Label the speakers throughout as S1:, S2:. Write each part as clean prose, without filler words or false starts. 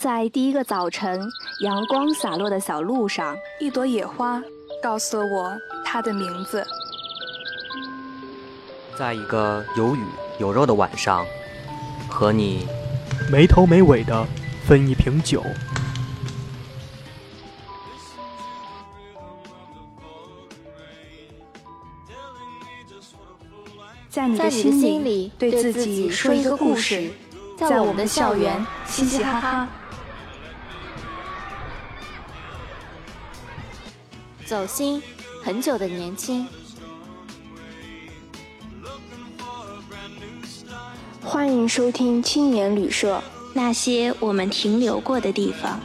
S1: 在第一个早晨，阳光洒落的小路上，
S2: 一朵野花告诉了我它的名字。
S3: 在一个有雨有肉的晚上，和你
S4: 没头没尾的分一瓶酒。
S1: 在你的心里对自己说一个故事，在我们的校园嘻嘻哈哈。
S5: 走心很久的年轻，
S6: 欢迎收听青年旅社，
S1: 那些我们停留过的地方。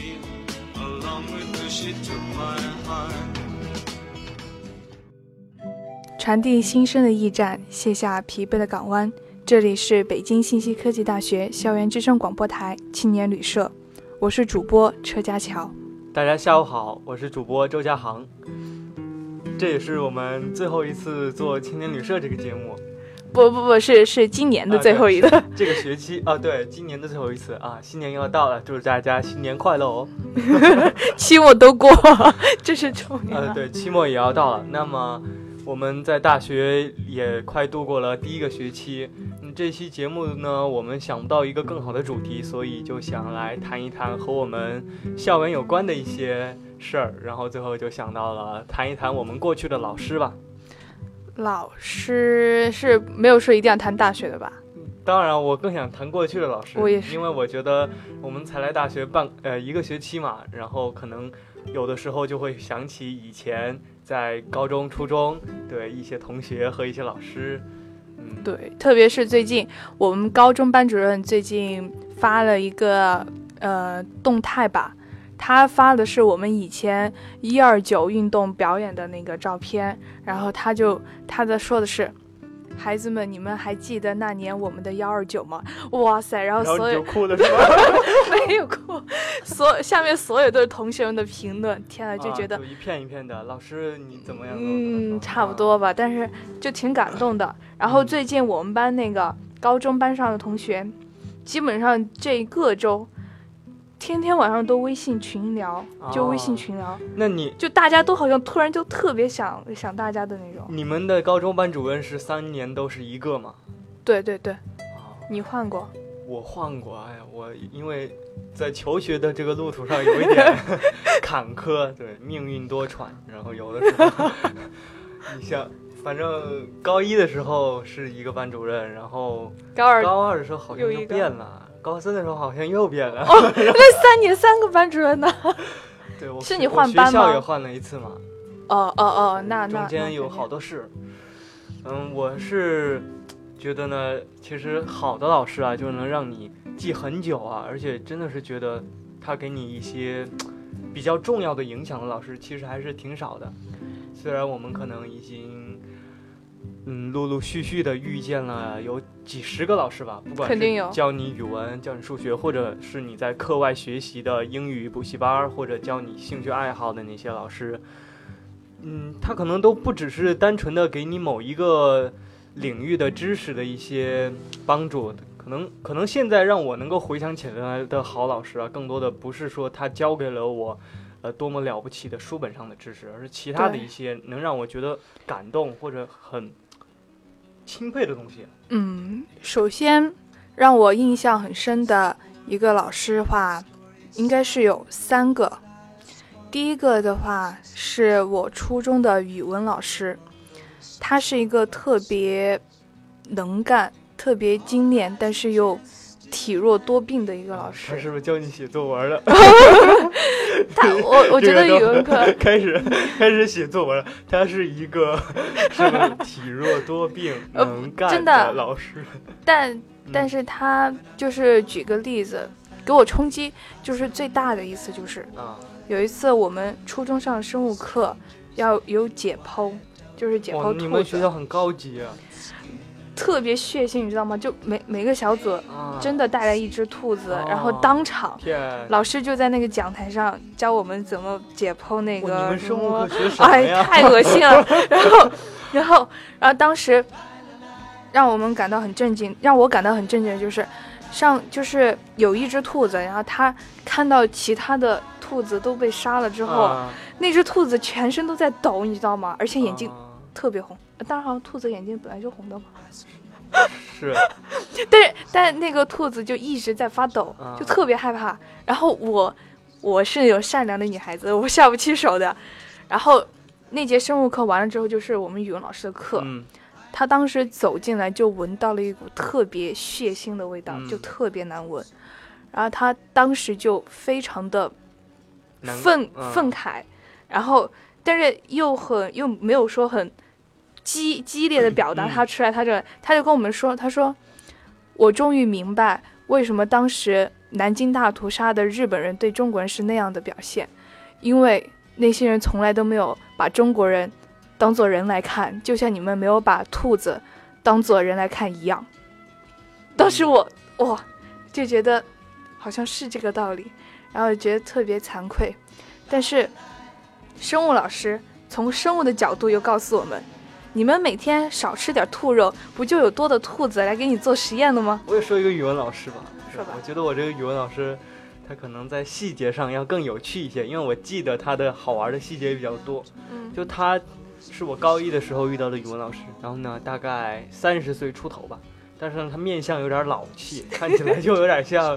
S2: 传递新生的驿站，卸下疲惫的港湾。这里是北京信息科技大学校园之声广播台青年旅社，我是主播车家乔。
S7: 大家下午好，我是主播周家航。这也是我们最后一次做青年旅社这个节目。
S2: 不是今年的最后一次，
S7: 这个学期对，今年的最后一次啊！新年又要到了，祝大家新年快乐哦！
S2: 期末都过，这是重点。
S7: 对，期末也要到了。那么我们在大学也快度过了第一个学期。这期节目呢，我们想不到一个更好的主题，所以就想来谈一谈和我们校园有关的一些事儿，然后最后就想到了谈一谈我们过去的老师吧。
S2: 老师是没有说一定要谈大学的吧？
S7: 当然我更想谈过去的老师，
S2: 我也是，
S7: 因为我觉得我们才来大学一个学期嘛，然后可能有的时候就会想起以前在高中初中对一些同学和一些老师。
S2: 对，特别是最近我们高中班主任最近发了一个动态吧，他发的是我们以前129运动表演的那个照片，然后他说的是，孩子们，你们还记得那年我们的129吗？哇塞！然后所有
S7: 你就哭了是吧？
S2: 没有哭，下面所有都是同学们的评论，天啊，就觉得
S7: 就一片一片的，老师你怎么样？
S2: 差不多吧，但是就挺感动的。然后最近我们班那个高中班上的同学，基本上这一个周天天晚上都微信群聊，就微信群聊。
S7: 那你
S2: 就大家都好像突然就特别想大家的那种。
S7: 你们的高中班主任是3年都是一个吗？
S2: 对，你换过？
S7: 我换过，哎呀，我因为在求学的这个路途上有一点坎坷，对，命运多舛，然后有的时候你像反正高一的时候是一个班主任，然后高二的时候好像就变了，高3的时候好像又变了。
S2: 那3年3个班主任呢？
S7: 对，
S2: 是你换班吗？
S7: 学校也换了一次嘛。
S2: 那
S7: 中间有好多事。我是觉得呢，其实好的老师啊，就能让你记很久啊，而且真的是觉得他给你一些比较重要的影响的老师，其实还是挺少的。虽然我们可能已经陆陆续续的遇见了有几十个老师吧，不管是教你语文、教你数学，或者是你在课外学习的英语补习班，或者教你兴趣爱好的那些老师，他可能都不只是单纯的给你某一个领域的知识的一些帮助，可能现在让我能够回想起来的好老师啊，更多的不是说他教给了我多么了不起的书本上的知识，而是其他的一些能让我觉得感动或者很钦佩的东西。
S2: 首先让我印象很深的一个老师的话，应该是有3个。第一个的话是我初中的语文老师，他是一个特别能干、特别精炼，但是又体弱多病的一个老师。
S7: 他是不是教你写作文了？
S2: 我觉得语文课
S7: 开始写作文了。他是一个是体弱多病、能干的老师。
S2: 但是他就是举个例子，给我冲击就是最大的一次就是有一次我们初中上生物课要有解剖，就是解剖兔子。
S7: 你们学校很高级啊。
S2: 特别血腥，你知道吗？就每个小组真的带来一只兔子，然后当场老师就在那个讲台上教我们怎么解剖那个。
S7: 你们生物课学什么呀？
S2: 太恶心了。然后当时让我感到很震惊的就是就是有一只兔子，然后他看到其他的兔子都被杀了之后，那只兔子全身都在抖，你知道吗？而且眼睛特别红。当然，好像兔子眼睛本来就红的嘛。
S7: 是。
S2: 但那个兔子就一直在发抖，就特别害怕。然后我是有善良的女孩子，我下不去手的。然后那节生物课完了之后，就是我们语文老师的课。他当时走进来就闻到了一股特别血腥的味道，就特别难闻。然后他当时就非常的愤慨，然后但是又没有说很激烈的表达他出来，他就跟我们说，他说我终于明白为什么当时南京大屠杀的日本人对中国人是那样的表现，因为那些人从来都没有把中国人当作人来看，就像你们没有把兔子当作人来看一样。当时我就觉得好像是这个道理，然后觉得特别惭愧。但是生物老师从生物的角度又告诉我们，你们每天少吃点兔肉，不就有多的兔子来给你做实验了吗？
S7: 我也说一个语文老师吧，
S2: 说吧。
S7: 我觉得我这个语文老师他可能在细节上要更有趣一些，因为我记得他的好玩的细节比较多。就他是我高一的时候遇到的语文老师，然后呢大概30岁出头吧，但是呢他面相有点老气，看起来就有点像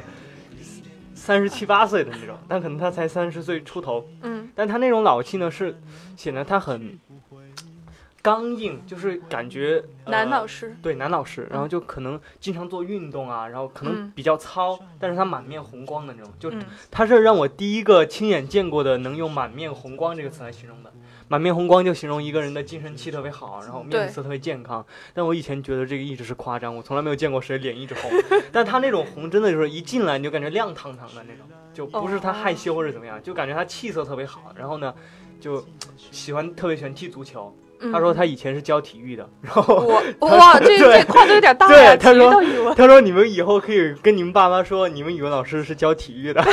S7: 37、8岁的那种，但可能他才30岁出头。但他那种老气呢是显得他很刚硬，就是感觉
S2: 男老师，
S7: 对，男老师，然后就可能经常做运动啊，然后可能比较糙，但是他满面红光的那种，就他是让我第一个亲眼见过的能用满面红光这个词来形容的。满面红光就形容一个人的精神气特别好，然后面色特别健康。但我以前觉得这个一直是夸张，我从来没有见过谁脸一直红。但他那种红真的就是一进来你就感觉亮堂堂的那种，就不是他害羞或者怎么样，就感觉他气色特别好。然后呢，就特别喜欢踢足球。他说他以前是教体育的，然后
S2: 哇，这跨度有点大呀。
S7: 对，他说你们以后可以跟你们爸妈说，你们语文老师是教体育的。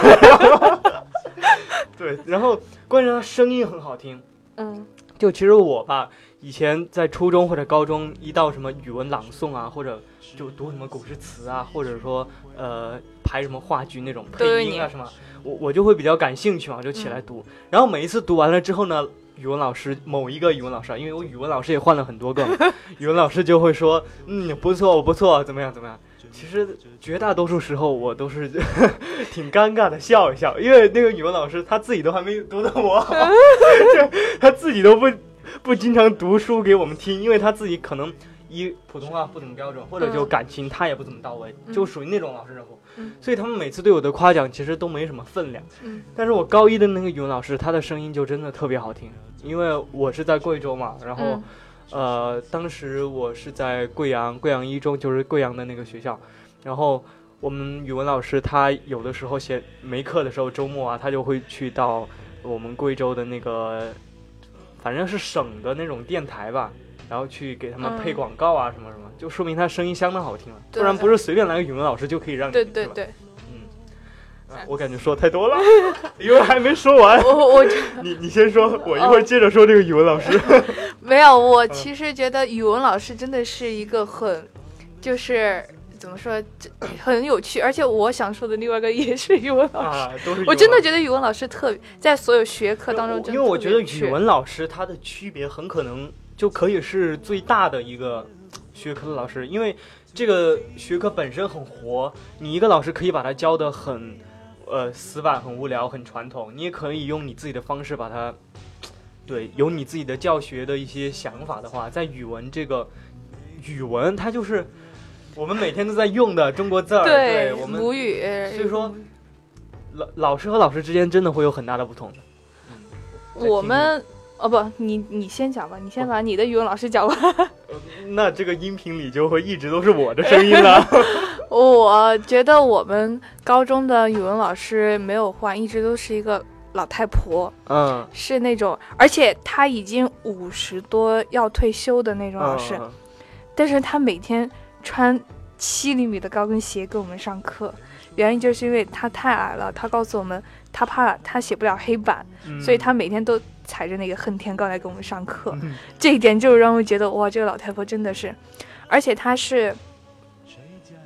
S7: 对，然后关键他声音很好听。就其实我吧，以前在初中或者高中，一到什么语文朗诵啊，或者就读什么古诗词啊，或者说排什么话剧那种配音啊什么，我就会比较感兴趣嘛，就起来读。然后每一次读完了之后呢，某一个语文老师，因为我语文老师也换了很多个，语文老师就会说，不错，怎么样。其实绝大多数时候我都是挺尴尬的笑一笑，因为那个语文老师他自己都还没读得我好，他自己都不经常读书给我们听，因为他自己可能普通话不怎么标准，或者就感情他也不怎么到位，就属于那种老师人物，所以他们每次对我的夸奖其实都没什么分量。但是我高一的那个语文老师，他的声音就真的特别好听，因为我是在贵州嘛，然后当时我是在贵阳一中，就是贵阳的那个学校，然后我们语文老师他有的时候没课的时候，周末啊，他就会去到我们贵州的那个反正是省的那种电台吧，然后去给他们配广告啊什么什么，就说明他声音相当好听了，不然不是随便来个语文老师就可以让你
S2: 对。
S7: 我感觉说太多了，因为还没说完。你先说，我一会儿接着说这个语文老师。
S2: 没有，我其实觉得语文老师真的是一个就是怎么说，很有趣。而且我想说的另外一个也是语文老师，
S7: 都是。
S2: 我真的觉得语文老师在所有学科当中，
S7: 因为我觉得语文老师他的区别很可能就可以是最大的一个学科的老师，因为这个学科本身很活，你一个老师可以把它教得很死板、很无聊、很传统，你也可以用你自己的方式把它，有你自己的教学的一些想法的话，在语文它就是我们每天都在用的中国字儿，对，我们
S2: 母语，
S7: 所以说老师和老师之间真的会有很大的不同的。
S2: 我们你先讲吧，你先把你的语文老师讲吧。
S7: 那这个音频里就会一直都是我的声音了。
S2: 我觉得我们高中的语文老师没有换，一直都是一个老太婆，是那种，而且她已经50多要退休的那种老师，但是她每天穿7厘米的高跟鞋给我们上课，原因就是因为她太矮了，她告诉我们她怕她写不了黑板，所以她每天都踩着那个恨天高来给我们上课，这一点就让我觉得哇，这个老太婆真的是，而且她是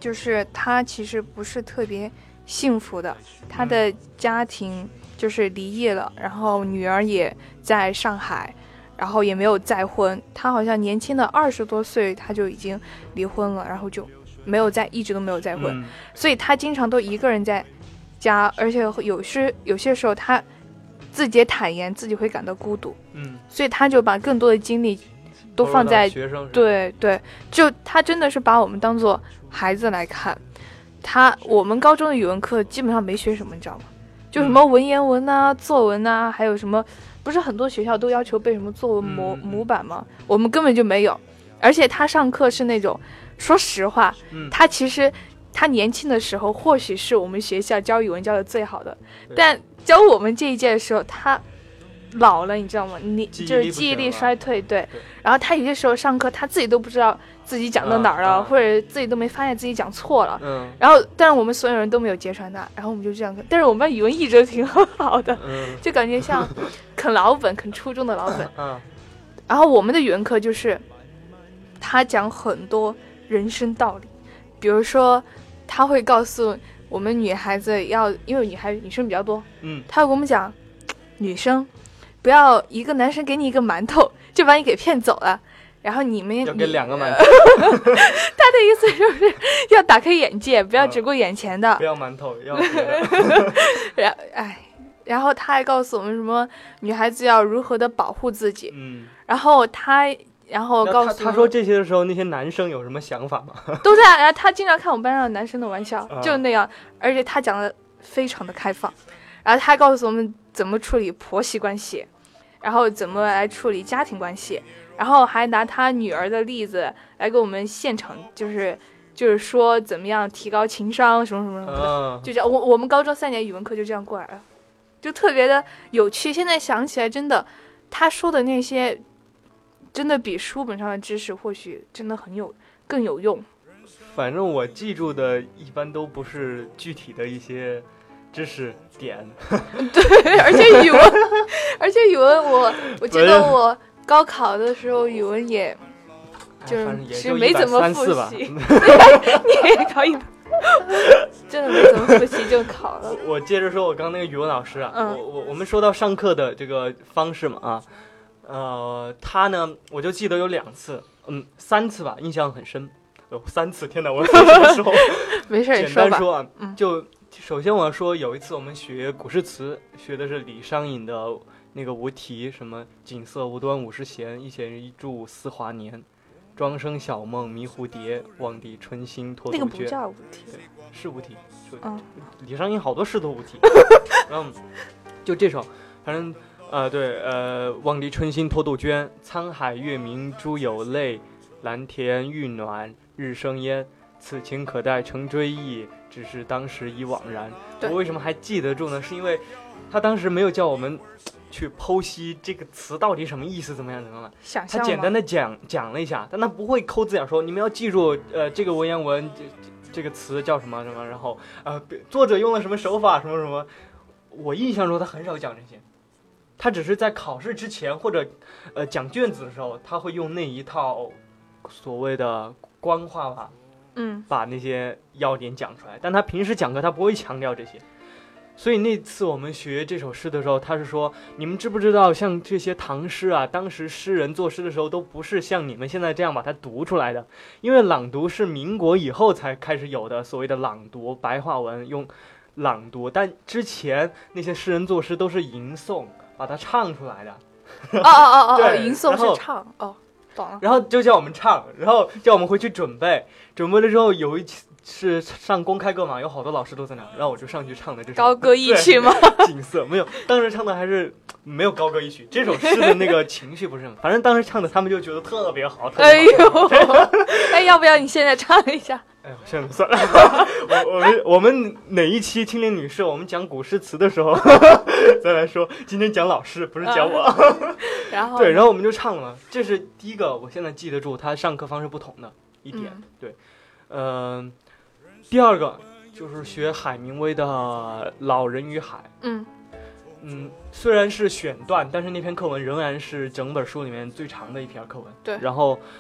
S2: 就是他其实不是特别幸福的，他的家庭就是离异了，然后女儿也在上海，然后也没有再婚，他好像年轻的20多岁他就已经离婚了，然后就没有一直都没有再婚，所以他经常都一个人在家，而且有些时候他自己也坦言自己会感到孤独，所以他就把更多的精力都放在
S7: 学生，
S2: 对，就他真的是把我们当做孩子来看。我们高中的语文课基本上没学什么，你知道吗？就什么文言文啊、作文啊，还有什么，不是很多学校都要求背什么作文模板吗？我们根本就没有。而且他上课是那种，说实话，他其实他年轻的时候或许是我们学校教语文教的最好的，但教我们这一届的时候他老了，你知道吗？就是记忆力衰退，对。然后他有些时候上课他自己都不知道自己讲到哪儿了，或者自己都没发现自己讲错了。然后但是我们所有人都没有揭穿他，然后我们就这样看。但是我们班语文一直挺好的，就感觉像啃老本，啃初中的老本。然后我们的语文课就是他讲很多人生道理，比如说他会告诉我们女孩子因为女生比较多，他会跟我们讲，女生不要一个男生给你一个馒头就把你给骗走了，然后你们
S7: 要给2个馒头。
S2: 他的意思就是要打开眼界，不要只顾眼前的，
S7: 不要馒头，要别的。
S2: 然后他还告诉我们什么女孩子要如何的保护自己。然后告诉
S7: 他说这些的时候，那些男生有什么想法吗？
S2: 都在。然后他经常看我们班上的男生的玩笑，就那样，而且他讲的非常的开放。然后他告诉我们怎么处理婆媳关系，然后怎么来处理家庭关系，然后还拿他女儿的例子来给我们现场，就是说怎么样提高情商什么什么什么的，就这样。我们高中3年语文课就这样过来了，就特别的有趣。现在想起来，真的他说的那些真的比书本上的知识或许真的更有用。
S7: 反正我记住的一般都不是具体的一些知识点。
S2: 对，而且语文我记得我高考的时候语文也就是没怎么复习。你也考100，真的没怎么复习就考了。
S7: 我接着说我刚那个语文老师啊，我们说到上课的这个方式嘛他呢我就记得有2次，3次吧，印象很深。3次，天哪！我什么时候？
S2: 没事，
S7: 简单说啊，就首先我要说，有一次我们学古诗词，学的是李商隐的那个无题，什么锦瑟无端五十弦，一弦一柱思华年，庄生晓梦迷蝴蝶，望帝春心托杜鹃。
S2: 那个不叫无题，
S7: 是无题。李商隐好多诗都无题。然后就这首，反正望帝春心托杜鹃，沧海月明珠有泪，蓝田玉暖日生烟，此情可待成追忆，只是当时已惘然。我为什么还记得住呢？是因为他当时没有叫我们去剖析这个词到底什么意思，怎么样，他简单的讲了一下，但他不会抠字眼说你们要记住这个文言文这个词叫什么什么，然后作者用了什么手法什么什么。我印象中他很少讲这些，他只是在考试之前或者讲卷子的时候，他会用那一套所谓的官话吧，把那些要点讲出来。但他平时讲课他不会强调这些。所以那次我们学这首诗的时候，他是说你们知不知道像这些唐诗啊，当时诗人作诗的时候都不是像你们现在这样把它读出来的，因为朗读是民国以后才开始有的，所谓的朗读白话文用朗读，但之前那些诗人作诗都是吟诵，把它唱出来的。
S2: 吟诵是唱懂了。
S7: 然后就叫我们唱，然后叫我们回去准备了之后，有一次是上公开课嘛，有好多老师都在那，然后我就上去唱的这首
S2: 高歌一曲吗？
S7: 景色没有，当时唱的还是没有高歌一曲，这首诗的那个情绪不是很，反正当时唱的他们就觉得特别好。
S2: 要不要你现在唱一下？
S7: 算了算了，我们哪一期青年女士我们讲古诗词的时候再来说，今天讲老师不是讲我。然后我们就唱了嘛，这是第一个我现在记得住他上课方式不同的一点。对，第二个就是学海明威的《老人与海》。虽然是选段，但是那篇课文仍然是整本书里面最长的一篇课文。
S2: 对，
S7: 然后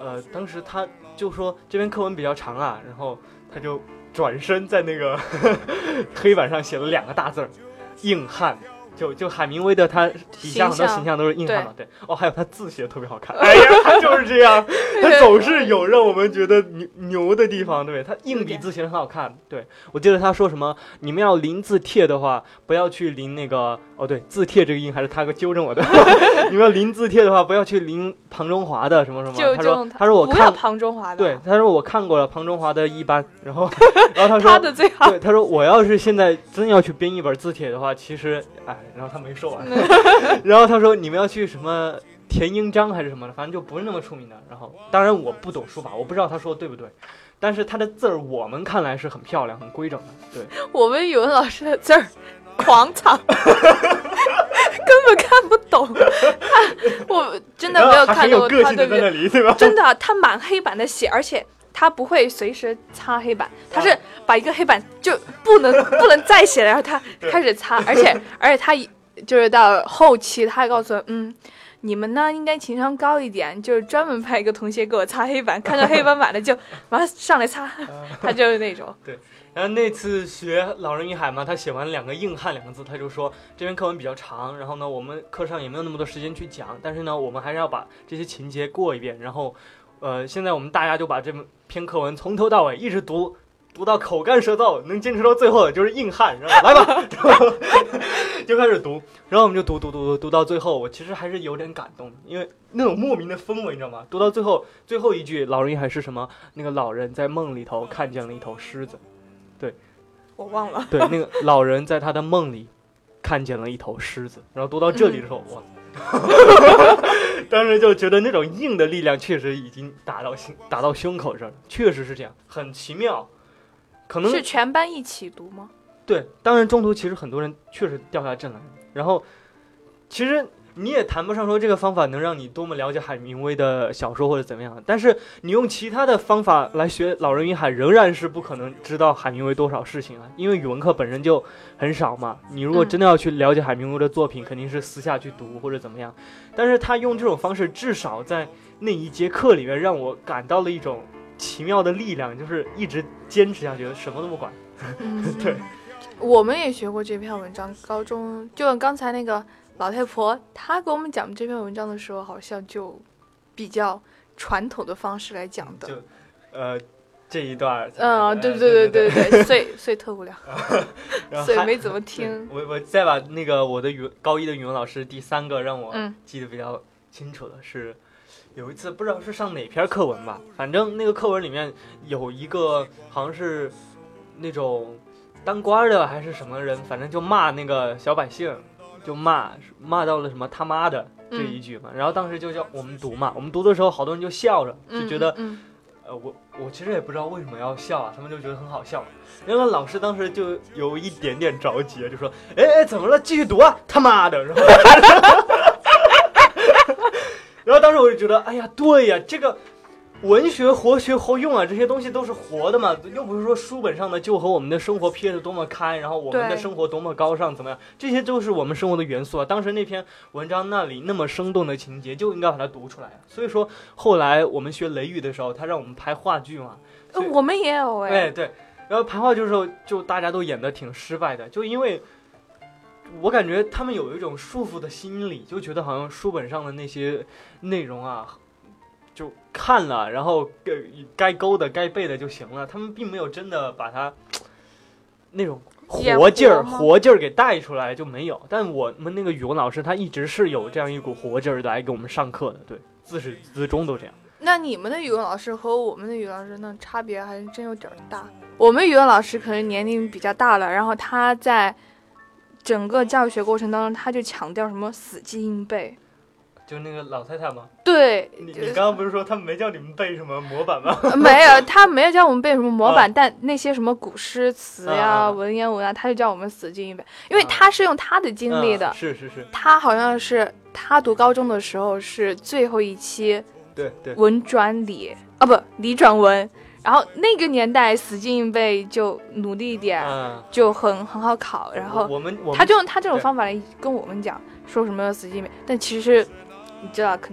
S7: 当时他就说这篇课文比较长啊，然后他就转身在那个黑板上写了2个大字儿，硬汉。就海明威的他底下很多形象都是硬汉嘛，对哦，还有他字写的特别好看，哎呀，他就是这样，他总是有让我们觉得牛的地方，对，他硬笔字写的很好看，对，我记得他说什么，你们要临字帖的话，不要去临那个，哦对，字帖这个音还是他给纠正我的，你们要临字帖的话，不要去临庞中华的什么什么，他说我看不要
S2: 庞中华的，
S7: 对，他说我看过了庞中华的一班，然后他说
S2: 他的最好，
S7: 对，他说我要是现在真要去编一本字帖的话，其实哎。然后他没说完，然后他说你们要去什么田英章还是什么的，反正就不是那么出名的。然后当然我不懂书法，我不知道他说的对不对，但是他的字儿我们看来是很漂亮、很规整的。对，
S2: 我们语文老师的字儿狂草，根本看不懂。我真的没有看过他
S7: 的在那里，对吧？
S2: 真的，他满黑板的写，而且。他不会随时擦黑板，他是把一个黑板就不能再写了，然后他开始擦，而且他就是到后期他还告诉我，你们呢应该情商高一点，就是专门派一个同学给我擦黑板，看到黑板满了就马上上来擦，他就是那种。
S7: 对，然后那次学《老人与海》嘛，他写完2个硬汉2个字，他就说这篇课文比较长，然后呢我们课上也没有那么多时间去讲，但是呢我们还是要把这些情节过一遍，然后现在我们大家就把这篇课文从头到尾一直读到口干舌燥，能坚持到最后的就是硬汉，然后来吧，就开始读，然后我们就读到最后，我其实还是有点感动，因为那种莫名的氛围，你知道吗？读到最后一句，老人还是什么？那个老人在梦里头看见了一头狮子，对，
S2: 我忘了，
S7: 对，那个老人在他的梦里看见了一头狮子，然后读到这里的时候，哇！当时就觉得那种硬的力量确实已经打到胸口这儿，确实是这样，很奇妙。可能
S2: 是全班一起读吗？
S7: 对，当然中途其实很多人确实掉下阵来，然后其实你也谈不上说这个方法能让你多么了解海明威的小说或者怎么样，但是你用其他的方法来学《老人与海》，仍然是不可能知道海明威多少事情啊，因为语文课本身就很少嘛。你如果真的要去了解海明威的作品，肯定是私下去读或者怎么样。但是他用这种方式，至少在那一节课里面让我感到了一种奇妙的力量，就是一直坚持下去，什么都不管。对，
S2: 我们也学过这篇文章，高中就刚才那个老太婆她给我们讲这篇文章的时候，好像就比较传统的方式来讲的。
S7: 就这一段，
S2: 对，所以特无聊，所以没怎么听。
S7: 我再把那个我的高一的语文老师第3个让我记得比较清楚的是，有一次不知道是上哪篇课文吧，反正那个课文里面有一个好像是那种当官的还是什么人，反正就骂那个小百姓，就骂到了什么他妈的这一句嘛，然后当时就叫我们读嘛，我们读的时候好多人就笑着，就觉得我其实也不知道为什么要笑啊，他们就觉得很好笑。然后老师当时就有一点点着急，就说：“哎，怎么了？继续读啊，他妈的！”然后，然后当时我就觉得，哎呀，对呀，这个文学活学活用啊，这些东西都是活的嘛，又不是说书本上的就和我们的生活撇得多么开，然后我们的生活多么高尚，怎么样？这些都是我们生活的元素啊。当时那篇文章那里那么生动的情节，就应该把它读出来。所以说，后来我们学雷雨的时候，他让我们拍话剧嘛，
S2: 我们也有
S7: 对，然后拍话剧的时候，就大家都演得挺失败的，就因为我感觉他们有一种束缚的心理，就觉得好像书本上的那些内容啊。就看了，然后该勾的该背的就行了，他们并没有真的把它那种活劲儿给带出来，就没有。但我们那个语文老师他一直是有这样一股活劲儿来给我们上课的，对，自始至终都这样。
S2: 那你们的语文老师和我们的语文老师那差别还真有点大。我们语文老师可能年龄比较大了，然后他在整个教学过程当中，他就强调什么死记硬背。
S7: 就那个老太太吗？
S2: 对，
S7: 你刚刚不是说他们没叫你们背什么模板吗？
S2: 没有，他没有教我们背什么模板，但那些什么古诗词呀、文言文啊，他就叫我们死记硬背，因为他是用他的经历的。
S7: 是。
S2: 他好像是他读高中的时候是最后一期，
S7: 对，
S2: 文转理啊，不理转文。然后那个年代死记硬背就努力一点，就很好考。然后他就用他这种方法来跟我们讲，说什么死记硬背，但其实。你知道，肯定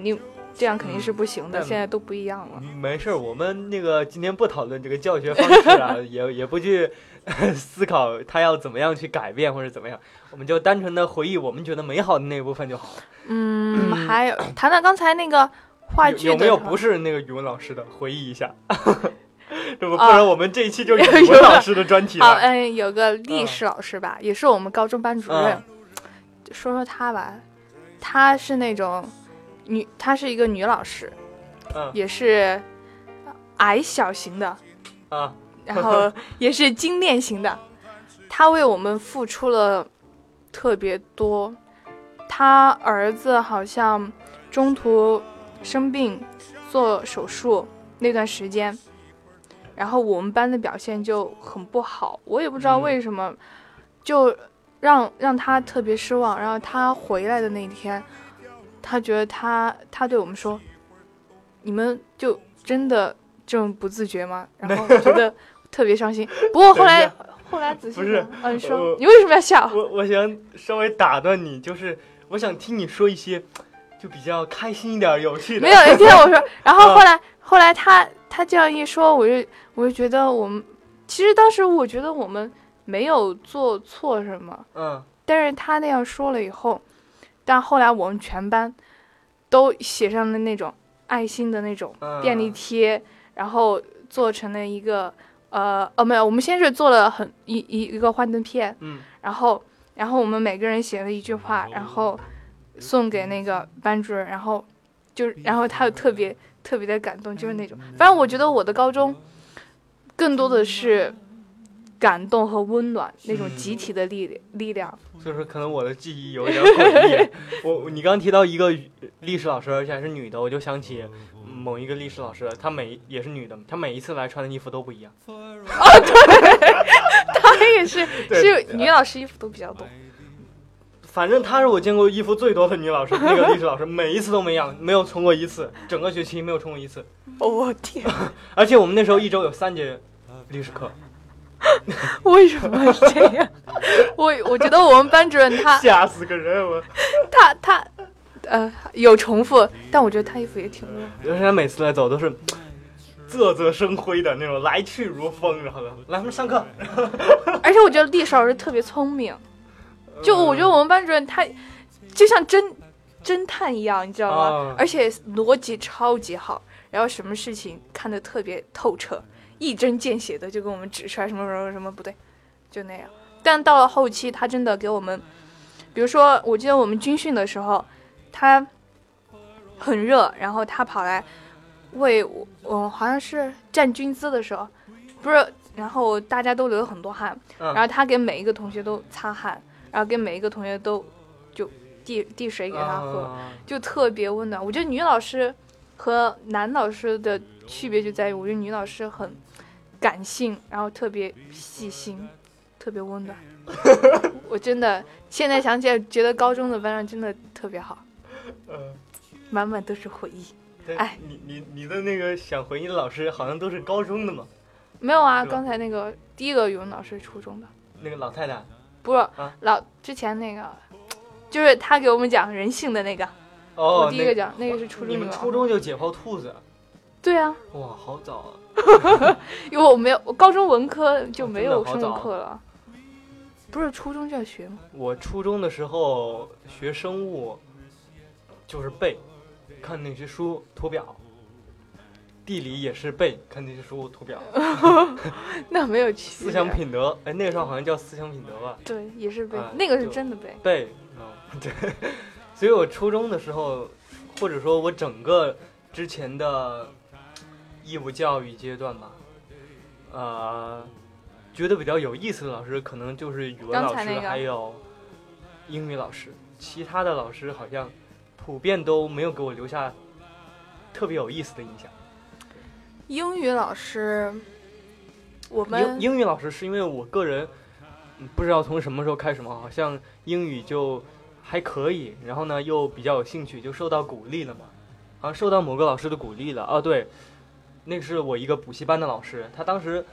S2: 这样肯定是不行的，现在都不一样了。
S7: 没事，我们那个今天不讨论这个教学方式啊，也不去思考他要怎么样去改变或者怎么样，我们就单纯的回忆我们觉得美好的那部分就好了。
S2: 还有谈谈刚才那个话剧的
S7: 有没有不是那个语文老师的回忆一下？如果不然我们这一期就是语文老师的专题了。
S2: 有个历史老师吧，也是我们高中班主任。说说她吧，她是那种她是一个女老师，也是矮小型的
S7: 啊，
S2: 然后也是精炼型的。她为我们付出了特别多。她儿子好像中途生病做手术那段时间，然后我们班的表现就很不好，我也不知道为什么，就让他特别失望。然后他回来的那天，他觉得他对我们说：“你们就真的这种不自觉吗？”然后觉得特别伤心。不过后来仔细想，你说你为什么要笑？
S7: 我想稍微打断你，就是我想听你说一些就比较开心一点、有趣的。
S2: 没有，你听我说。然后后来他这样一说，我就觉得我们其实当时我觉得我们没有做错什么，但是他那样说了以后，但后来我们全班都写上了那种爱心的那种便利贴，然后做成了一个没有，我们先是做了一个幻灯片，然后我们每个人写了一句话，然后送给那个班主任，然后他就特别的感动，就是那种，反正我觉得我的高中更多的是感动和温暖，那种集体的力量。
S7: 所以说可能我的记忆有一点诡异。你刚提到一个历史老师，而且还是女的，我就想起某一个历史老师，她也是女的，她每一次来穿的衣服都不一样。
S2: 对，她也是女老师衣服都比较多。
S7: 反正她是我见过衣服最多的女老师，那个历史老师每一次都没一样，没有重过一次，整个学期没有重过一次。
S2: 我天！而
S7: 且我们那时候一周有3节历史课。
S2: 为什么是这样？我觉得我们班主任他
S7: 吓死个人我。
S2: 他有重复，但我觉得他衣服也挺多。
S7: 人家每次来走都是啧生辉的那种，来去如风，然后来我们上课。
S2: 而且我觉得历史老师特别聪明，就我觉得我们班主任他就像侦探一样，你知道吗？而且逻辑超级好，然后什么事情看得特别透彻，一针见血的就跟我们指出来什么什么不对，就那样。但到了后期，他真的给我们，比如说我记得我们军训的时候，他很热，然后他跑来为我好像是站军姿的时候，不是，然后大家都流了很多汗，然后他给每一个同学都擦汗，然后给每一个同学都就递水给他喝，就特别温暖。我觉得女老师和男老师的区别就在于，我觉得女老师很感性，然后特别细心，特别温暖。我真的现在想起来，觉得高中的班长真的特别好，满满都是回忆。哎，
S7: 你的那个想回忆的老师好像都是高中的嘛？
S2: 没有啊，刚才那个第一个语文老师是初中的。
S7: 那个老太太？
S2: 不是，之前那个就是他给我们讲人性的那个。我第一个讲那个是初中的。
S7: 你们初中就解剖兔子？
S2: 对啊。
S7: 哇，好早啊！
S2: 因为我高中文科就没有生物课了。不是初中就要学吗？
S7: 我初中的时候学生物，就是背，看那些书图表。地理也是背，看那些书图表。
S2: 那没有区别。
S7: 思想品德，哎，那个时候好像叫思想品德吧？
S2: 对，也是背，那个是真的背。
S7: 背，对。所以我初中的时候，或者说我整个之前的义务教育阶段吧，觉得比较有意思的老师，可能就是语文老师，还有英语老师。其他的老师好像普遍都没有给我留下特别有意思的印象。
S2: 英语老师，我们
S7: 英语老师是因为我个人不知道从什么时候开始嘛，好像英语就还可以，然后呢又比较有兴趣，就受到鼓励了嘛，好像受到某个老师的鼓励了。对，那是我一个补习班的老师，他当时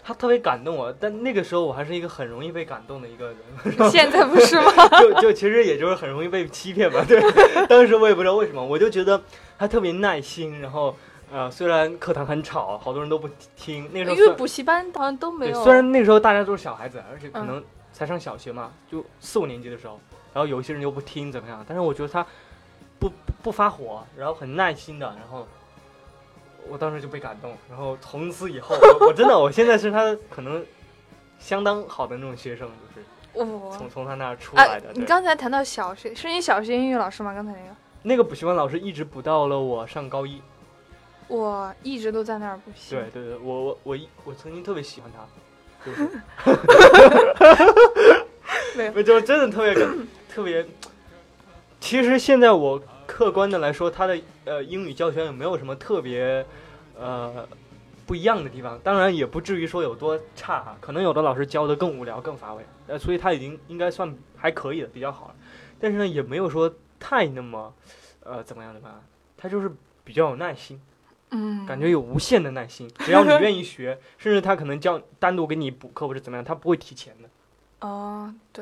S7: 他特别感动我，但那个时候我还是一个很容易被感动的一个人。
S2: 现在不是吗？
S7: 就其实也就是很容易被欺骗吧。对，当时我也不知道为什么，我就觉得他特别耐心，然后虽然课堂很吵，好多人都不听，那个时候
S2: 因为补习班好像都没有。
S7: 虽然那个时候大家都是小孩子，而且可能才上小学嘛，就4、5年级的时候，然后有一些人又不听怎么样，但是我觉得他不发火，然后很耐心的，然后我当时就被感动，然后从此以后我真的我现在是他可能相当好的那种学生，就是从他那儿出来的。
S2: 你刚才谈到小学，是你小学英语老师吗？刚才
S7: 那个补习班老师一直补到了我上高一。
S2: 我一直都在那儿补习。
S7: 对对对，我曾经特别喜欢他，就是
S2: 没有，
S7: 就真的特别。其实现在我客观的来说，他的英语教学也没有什么特别不一样的地方，当然也不至于说有多差哈，可能有的老师教的更无聊更乏味，所以他应该算还可以的，比较好了。但是呢，也没有说太那么怎么样，他就是比较有耐心。感觉有无限的耐心，只要你愿意学，甚至他可能单独给你补课或者怎么样，他不会提钱的。
S2: 哦，对。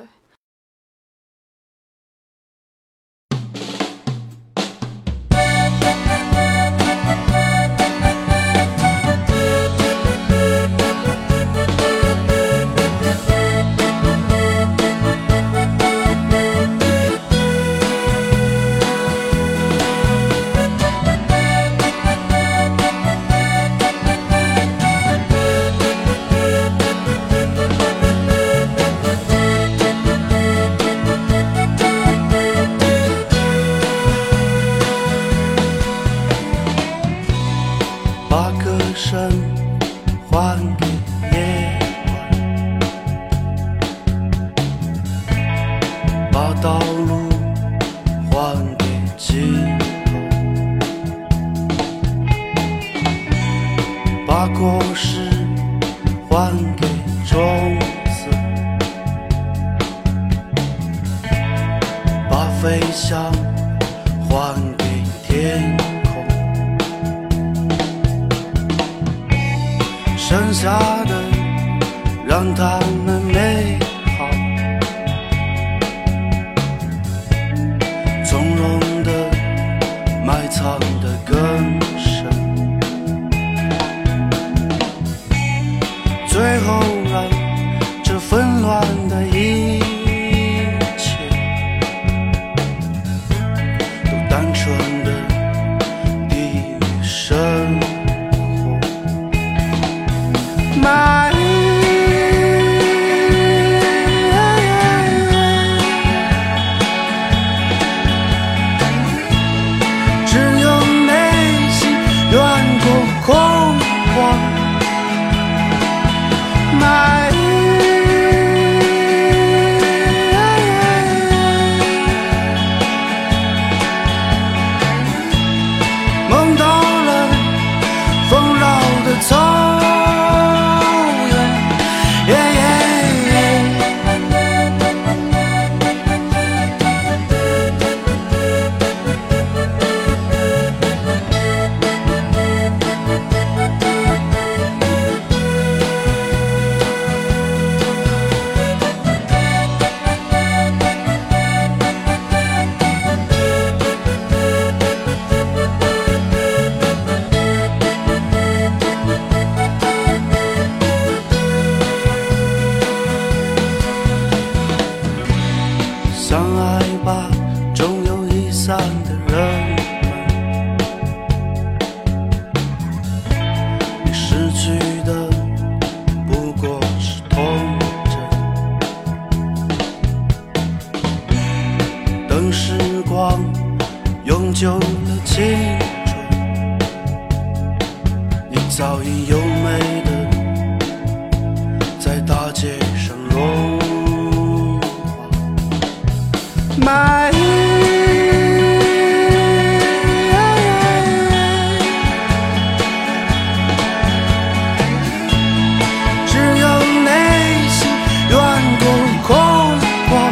S8: 还给夜晚，把道路还给尽头，把果实还给种子，把飞翔还给天空，剩下的让它们美好，从容的埋藏的更深，最后让这纷乱的一切都单纯的地生活。只有内心远过空旷，梦到了丰饶的草相爱吧，终有一散的人们，你失去的不过是童真，等时光永久了青春，你早已优美的在大街上融只有内心远过空旷，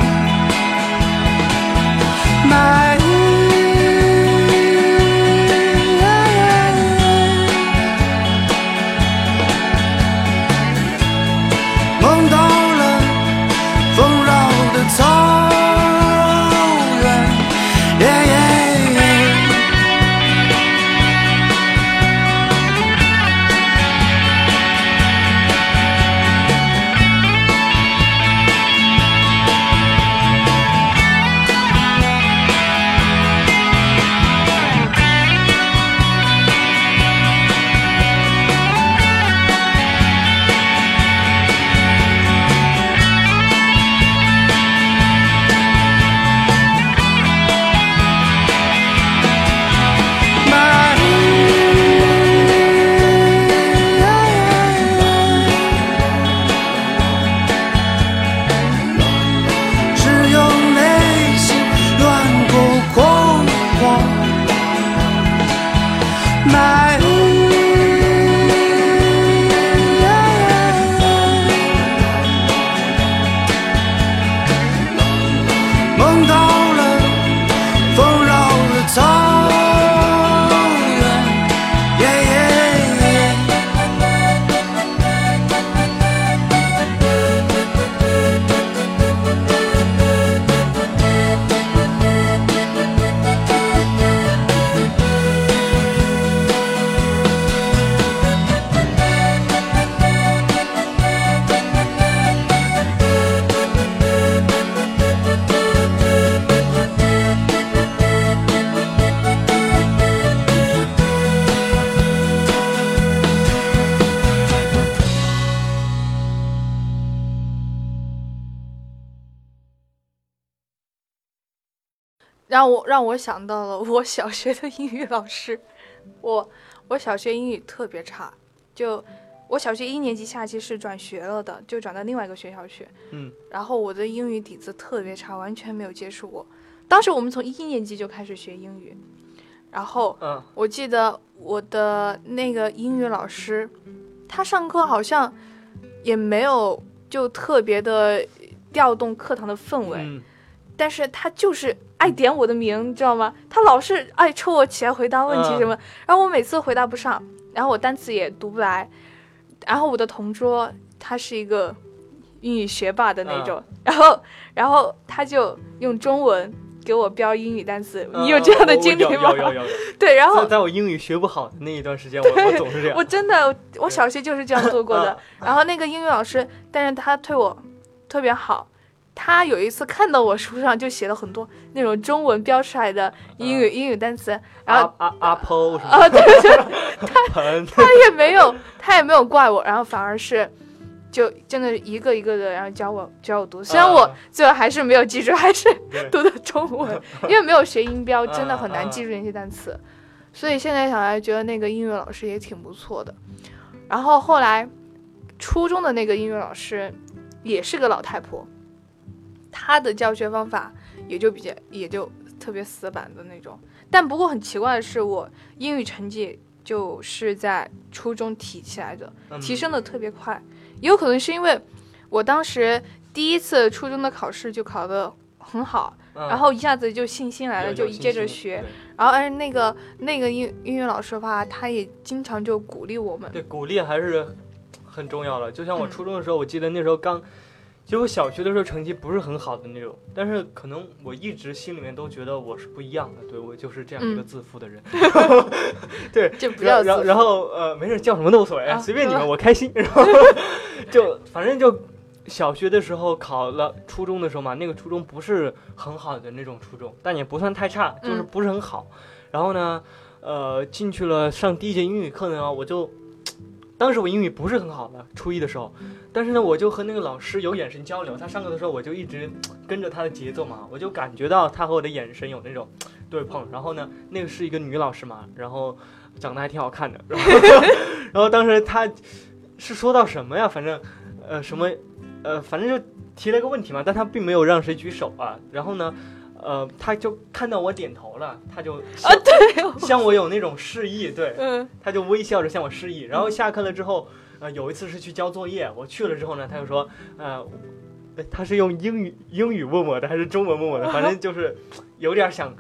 S2: 让我想到了我小学的英语老师。我小学英语特别差，就我小学1年级下期是转学了的，就转到另外一个学校去。然后我的英语底子特别差，完全没有接触过。当时我们从1年级就开始学英语，然后我记得我的那个英语老师，他上课好像也没有就特别的调动课堂的氛围，但是他就是爱点我的名，你知道吗？他老是爱抽我起来回答问题什么，然后我每次回答不上，然后我单词也读不来，然后我的同桌他是一个英语学霸的那种，然后他就用中文给我标英语单词。你有这样的经历吗？
S7: 有。
S2: 对，然后
S7: 在我英语学不好的那一段时间，我总是这样。
S2: 我真的，我小学就是这样做过的。然后那个英语老师，但是他对我特别好。他有一次看到我书上就写了很多那种中文标出来的英语单词，然后
S7: apple 什么
S2: 对，他也没有怪我，然后反而是就真的一个一个的，然后教我读。虽然我最后还是没有记住，还是读的中文，因为没有学音标，真的很难记住那些单词。所以现在想来，觉得那个英语老师也挺不错的。然后后来初中的那个英语老师也是个老太婆。他的教学方法也就特别死板的那种，但不过很奇怪的是，我英语成绩就是在初中提起来的，提升的特别快，也有可能是因为我当时第一次初中的考试就考得很好，然后一下子就信心来了，就接着学，然后那个英语老师的话，他也经常就鼓励我们。
S7: 对，鼓励还是很重要的。就像我初中的时候，我记得那时候就我小学的时候成绩不是很好的那种，但是可能我一直心里面都觉得我是不一样的，对，我就是这样一个自负的人。对，
S2: 就不要自负。
S7: 然后没事，叫什么都无所谓，随便你们，我开心。然后就反正就小学的时候考了初中的时候嘛，那个初中不是很好的那种初中，但也不算太差，就是不是很好。然后呢，进去了上第一节英语课呢，当时我英语不是很好的，初一的时候，但是呢，我就和那个老师有眼神交流，他上课的时候我就一直跟着他的节奏嘛，我就感觉到他和我的眼神有那种对碰。然后呢，那个是一个女老师嘛，然后长得还挺好看的，然后当时他是说到什么呀？反正反正就提了一个问题嘛，但他并没有让谁举手啊。然后呢，他就看到我点头了，他就向我有那种示意，对，他就微笑着向我示意。然后下课了之后，有一次是去交作业，我去了之后呢，他就说，他是用英语问我的还是中文问我的，反正就是有点想，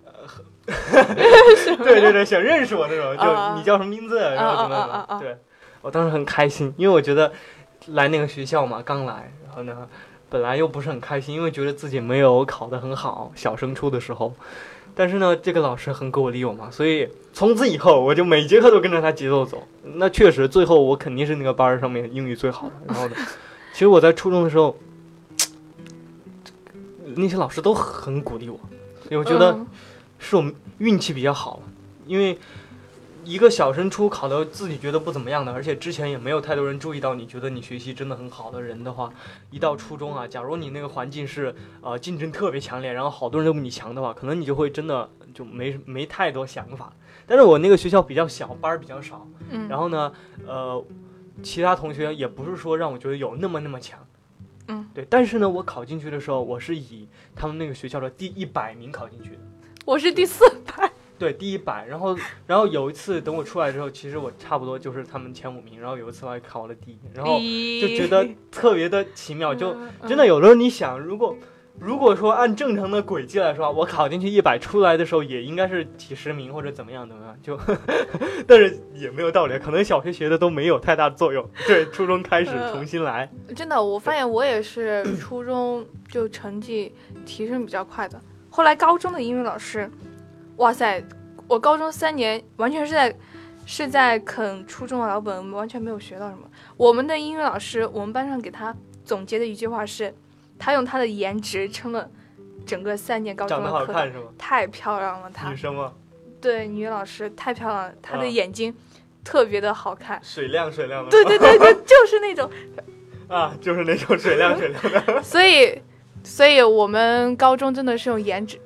S7: 对，想认识我那种，就你叫什么名字，然后怎么，对，我当时很开心，因为我觉得来那个学校嘛，刚来，然后呢。本来又不是很开心，因为觉得自己没有考得很好，小升初的时候。但是呢，这个老师很鼓励我嘛，所以从此以后我就每节课都跟着他节奏走。那确实，最后我肯定是那个班上面英语最好的。然后呢，其实我在初中的时候，那些老师都很鼓励我，所以我觉得是我运气比较好，因为一个小升初考到自己觉得不怎么样的，而且之前也没有太多人注意到你觉得你学习真的很好的人的话，一到初中啊，假如你那个环境是竞争特别强烈，然后好多人都比你强的话，可能你就会真的就没太多想法。但是我那个学校比较小，班比较少，然后呢其他同学也不是说让我觉得有那么强，对。但是呢，我考进去的时候，我是以他们那个学校的第100名考进去的，
S2: 我是第400。
S7: 对，第100，然后有一次等我出来之后，其实我差不多就是他们前5名，然后有一次我还考了第1，然后就觉得特别的奇妙，就真的有的时候你想，如果说按正常的轨迹来说，我考进去100，出来的时候也应该是几十名或者怎么样，就但是也没有道理，可能小学学的都没有太大的作用，对，初中开始重新来。
S2: 真的，我发现我也是初中就成绩提升比较快的，后来高中的英语老师。哇塞！我高中3年完全是在啃初中的老本，完全没有学到什么。我们的英语老师，我们班上给他总结的一句话是，他用他的颜值撑了整个3年高中的课。
S7: 长得好看是吗？
S2: 太漂亮了，她。
S7: 女生吗？
S2: 对，女老师太漂亮了，她的眼睛特别的好看，
S7: 水亮的。
S2: 对，就是那种。
S7: 就是那种水亮的。
S2: 所以我们高中真的是用颜值。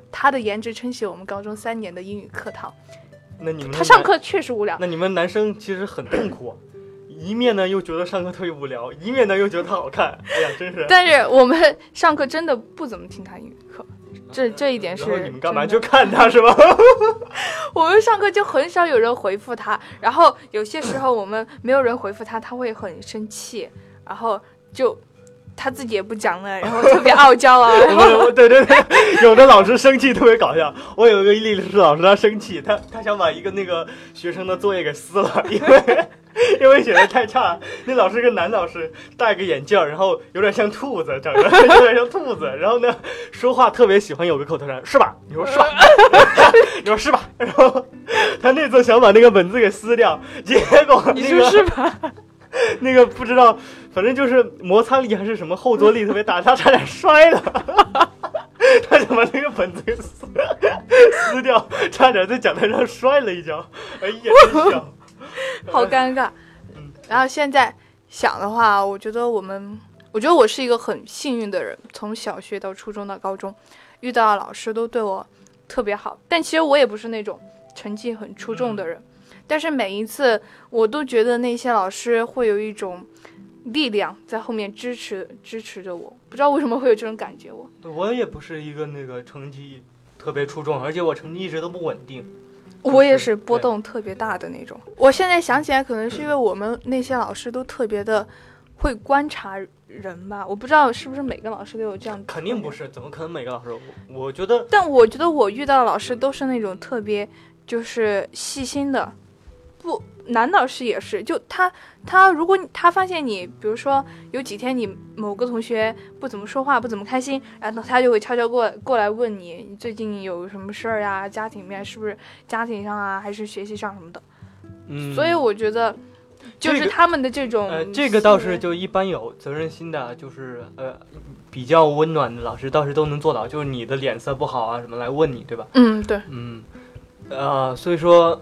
S2: 他的颜值撑起了我们高中3年的英语课堂。
S7: 那你们
S2: 他上课确实无聊。
S7: 那你们男生其实很痛苦，一面呢又觉得上课特别无聊，一面呢又觉得他好看。哎呀，真是。
S2: 但是我们上课真的不怎么听他英语课，这一点是。
S7: 然后你们干嘛就看他是吧？
S2: 我们上课就很少有人回复他，然后有些时候我们没有人回复他，他会很生气，然后就他自己也不讲了，然后特别傲娇啊。然后
S7: 对，有的老师生气特别搞笑。我有一个历史老师，他生气，他想把一个那个学生的作业给撕了，因为写的太差。那老师是个男老师，戴个眼镜，然后有点像兔子，长得有点像兔子，然后呢说话特别喜欢有个口头禅，是吧？你说是吧？你说是吧？然后他那次想把那个本子给撕掉，结果
S2: 你说是吧？
S7: 那个不知道，反正就是摩擦力还是什么后坐力特别大，他差点摔了。他想把那个本子给撕掉，差点在讲台上摔了一跤。哎呀，真笑，
S2: 好尴尬。然后现在想的话，我觉得我是一个很幸运的人，从小学到初中到高中，遇到的老师都对我特别好。但其实我也不是那种成绩很出众的人。但是每一次我都觉得那些老师会有一种力量在后面支持着我，不知道为什么会有这种感觉。
S7: 我也不是一个那个成绩特别出众，而且我成绩一直都不稳定。
S2: 我也是波动特别大的那种。我现在想起来，可能是因为我们那些老师都特别的会观察人吧，我不知道是不是每个老师都有这样。
S7: 肯定不是，怎么可能每个老师？我觉得，
S2: 但我觉得我遇到的老师都是那种特别就是细心的。不，男老师也是，就他如果他发现你，比如说有几天你某个同学不怎么说话，不怎么开心，然后他就会悄悄过来问你最近有什么事儿呀，家庭面是不是家庭上啊，还是学习上什么的。所以我觉得就是他们的这种
S7: 这个倒是就一般有责任心的，就是比较温暖的老师倒是都能做到，就是你的脸色不好啊什么来问你，对吧？
S2: 对，
S7: 所以说。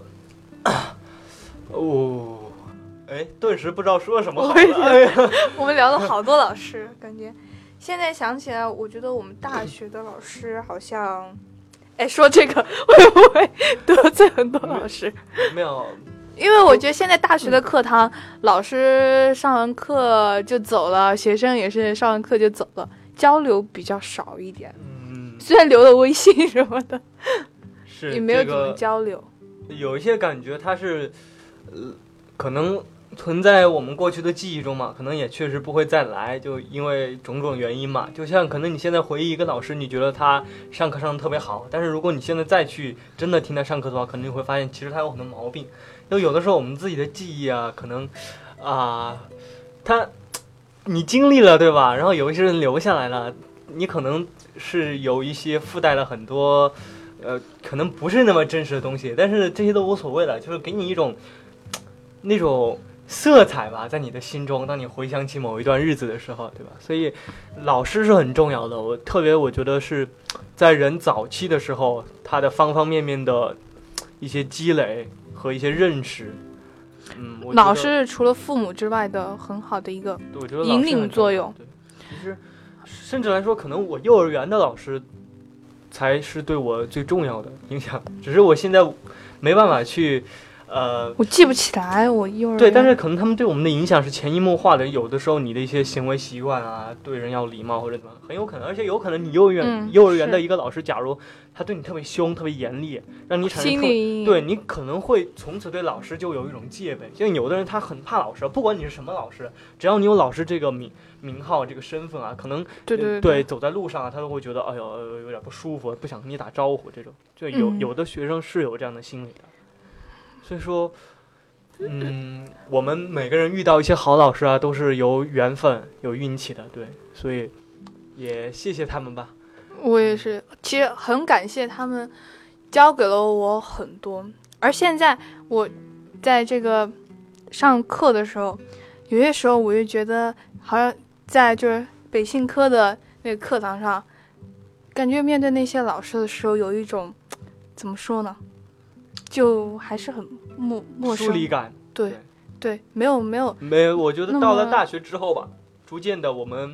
S7: 顿时不知道说什么好了。
S2: 我们聊了好多老师，感觉现在想起来，我觉得我们大学的老师好像，说这个会不会得罪很多老师？
S7: 没有，
S2: 因为我觉得现在大学的课堂，老师上完课就走了，学生也是上完课就走了，交流比较少一点。虽然留了微信什么的，
S7: 是
S2: 也没有怎么交流。
S7: 有一些感觉它是。可能存在我们过去的记忆中嘛，可能也确实不会再来，就因为种种原因嘛。就像可能你现在回忆一个老师，你觉得他上课上的特别好，但是如果你现在再去真的听他上课的话，可能你会发现其实他有很多毛病。就有的时候我们自己的记忆啊，可能你经历了对吧？然后有一些人留下来了，你可能是有一些附带了很多可能不是那么真实的东西，但是这些都无所谓了，就是给你一种那种色彩吧，在你的心中，当你回想起某一段日子的时候，对吧？所以老师是很重要的，我觉得是在人早期的时候，他的方方面面的一些积累和一些认识。
S2: 老师除了父母之外的很好的一个引领作用。
S7: 对，其实甚至来说，可能我幼儿园的老师才是对我最重要的影响，只是我现在没办法去
S2: 我记不起来我幼儿园。
S7: 对，但是可能他们对我们的影响是潜移默化的，有的时候你的一些行为习惯啊，对人要礼貌或者怎么，很有可能，而且有可能你幼儿园的一个老师，假如他对你特别凶特别严厉，让你产生对你可能会从此对老师就有一种戒备。像有的人他很怕老师，不管你是什么老师，只要你有老师这个名号这个身份啊，可能对走在路上啊，他都会觉得哎呦有点不舒服，不想跟你打招呼，这种就有的学生是有这样的心理的。所以说我们每个人遇到一些好老师啊，都是有缘分有运气的，对，所以也谢谢他们吧。
S2: 我也是，其实很感谢他们教给了我很多。而现在我在这个上课的时候，有些时候我就觉得好像在就是北信科的那个课堂上，感觉面对那些老师的时候有一种怎么说呢，就还是很陌生，
S7: 疏离感。
S2: 对，没有。
S7: 我觉得到了大学之后吧，逐渐的我们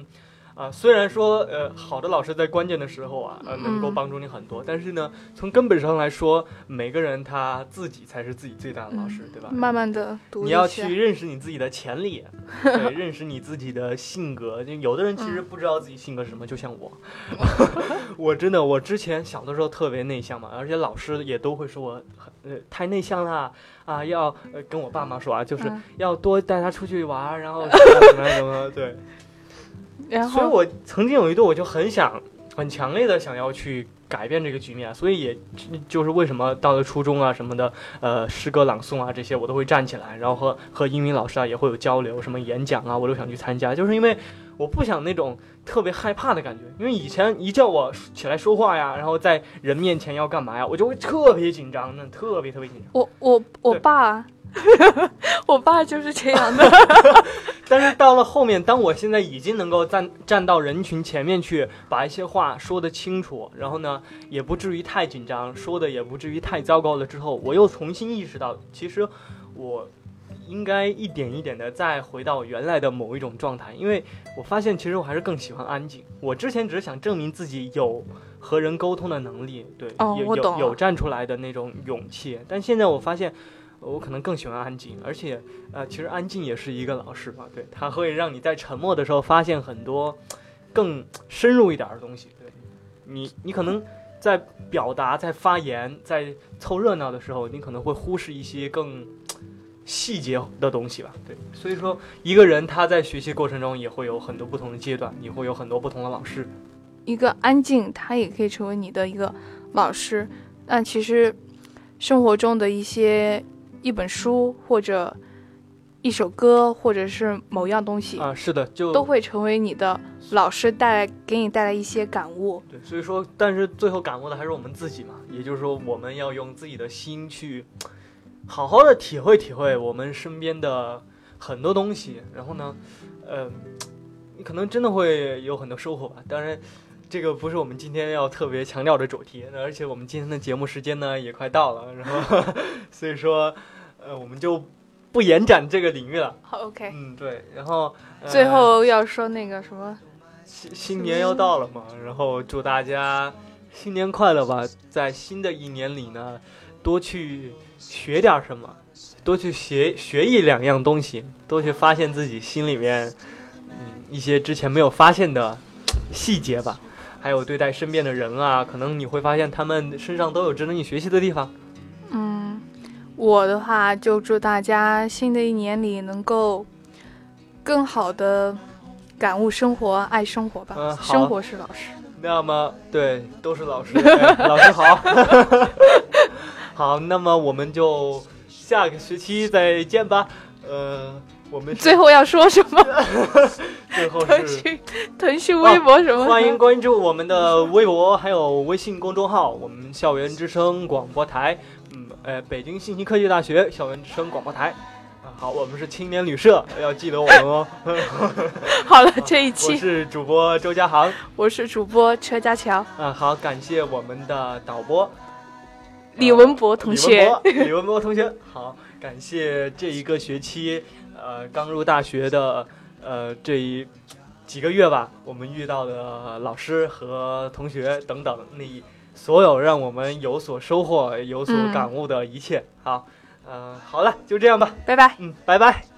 S7: 虽然说好的老师在关键的时候能够帮助你很多，但是呢，从根本上来说，每个人他自己才是自己最大的老师，对吧？
S2: 慢慢的读，
S7: 你要去认识你自己的潜力，对，认识你自己的性格。就有的人其实不知道自己性格是什么，就像我，我之前小的时候特别内向嘛，而且老师也都会说我太内向了啊，要跟我爸妈说啊，就是要多带他出去玩，然后什么对。然后，所以我曾经有一度我就很强烈的想要去改变这个局面，所以也就是为什么到了初中啊什么的，诗歌朗诵啊这些我都会站起来，然后和英语老师也会有交流，什么演讲啊我都想去参加，就是因为我不想那种特别害怕的感觉，因为以前一叫我起来说话呀，然后在人面前要干嘛呀，我就会特别紧张，那特别紧张。
S2: 我爸我爸就是这样的。
S7: 但是到了后面，当我现在已经能够站到人群前面去，把一些话说得清楚，然后呢，也不至于太紧张，说的也不至于太糟糕了之后，我又重新意识到，其实我应该一点一点的再回到原来的某一种状态，因为我发现其实我还是更喜欢安静。我之前只是想证明自己有和人沟通的能力，对，有站出来的那种勇气，但现在我发现我可能更喜欢安静，而且其实安静也是一个老师吧，对，它会让你在沉默的时候发现很多更深入一点的东西。对，你可能在表达、在发言、在凑热闹的时候，你可能会忽视一些更细节的东西吧。对，所以说一个人他在学习过程中也会有很多不同的阶段，你会有很多不同的老师。
S2: 一个安静，他也可以成为你的一个老师。但其实生活中的一本书或者一首歌或者是某样东西
S7: 是的，就
S2: 都会成为你的老师，给你带来一些感悟。
S7: 对，所以说但是最后感悟的还是我们自己嘛，也就是说我们要用自己的心去好好的体会我们身边的很多东西，然后呢你可能真的会有很多收获吧。当然这个不是我们今天要特别强调的主题，而且我们今天的节目时间呢也快到了，然后所以说我们就不延展这个领域了。
S2: 好 ，OK。
S7: 对，然后
S2: 最后要说那个什么，
S7: 新年要到了嘛，然后祝大家新年快乐吧，在新的一年里呢，多去学点什么，多去学一两样东西，多去发现自己心里面一些之前没有发现的细节吧。还有对待身边的人啊，可能你会发现他们身上都有值得你学习的地方。
S2: 我的话就祝大家新的一年里能够更好的感悟生活，爱生活吧。生活是老师。
S7: 那么对，都是老师。老师好。好，那么我们就下个学期再见吧。我们
S2: 最后要说什么？
S7: 最后是
S2: 腾讯微博什么？
S7: 欢迎关注我们的微博还有微信公众号，我们校园之声广播台，北京信息科技大学校园之声广播台。好，我们是青年旅社，要记得我们哦。
S2: 好了，这一期
S7: 我是主播周家航，
S2: 我是主播车家桥。
S7: 好，感谢我们的导播
S2: 李文博同学。
S7: 李文博同学，好，感谢这一个学期刚入大学的这几个月吧，我们遇到的老师和同学等等，那所有让我们有所收获、有所感悟的一切。好，好了，就这样吧，
S2: 拜拜。
S7: 拜拜。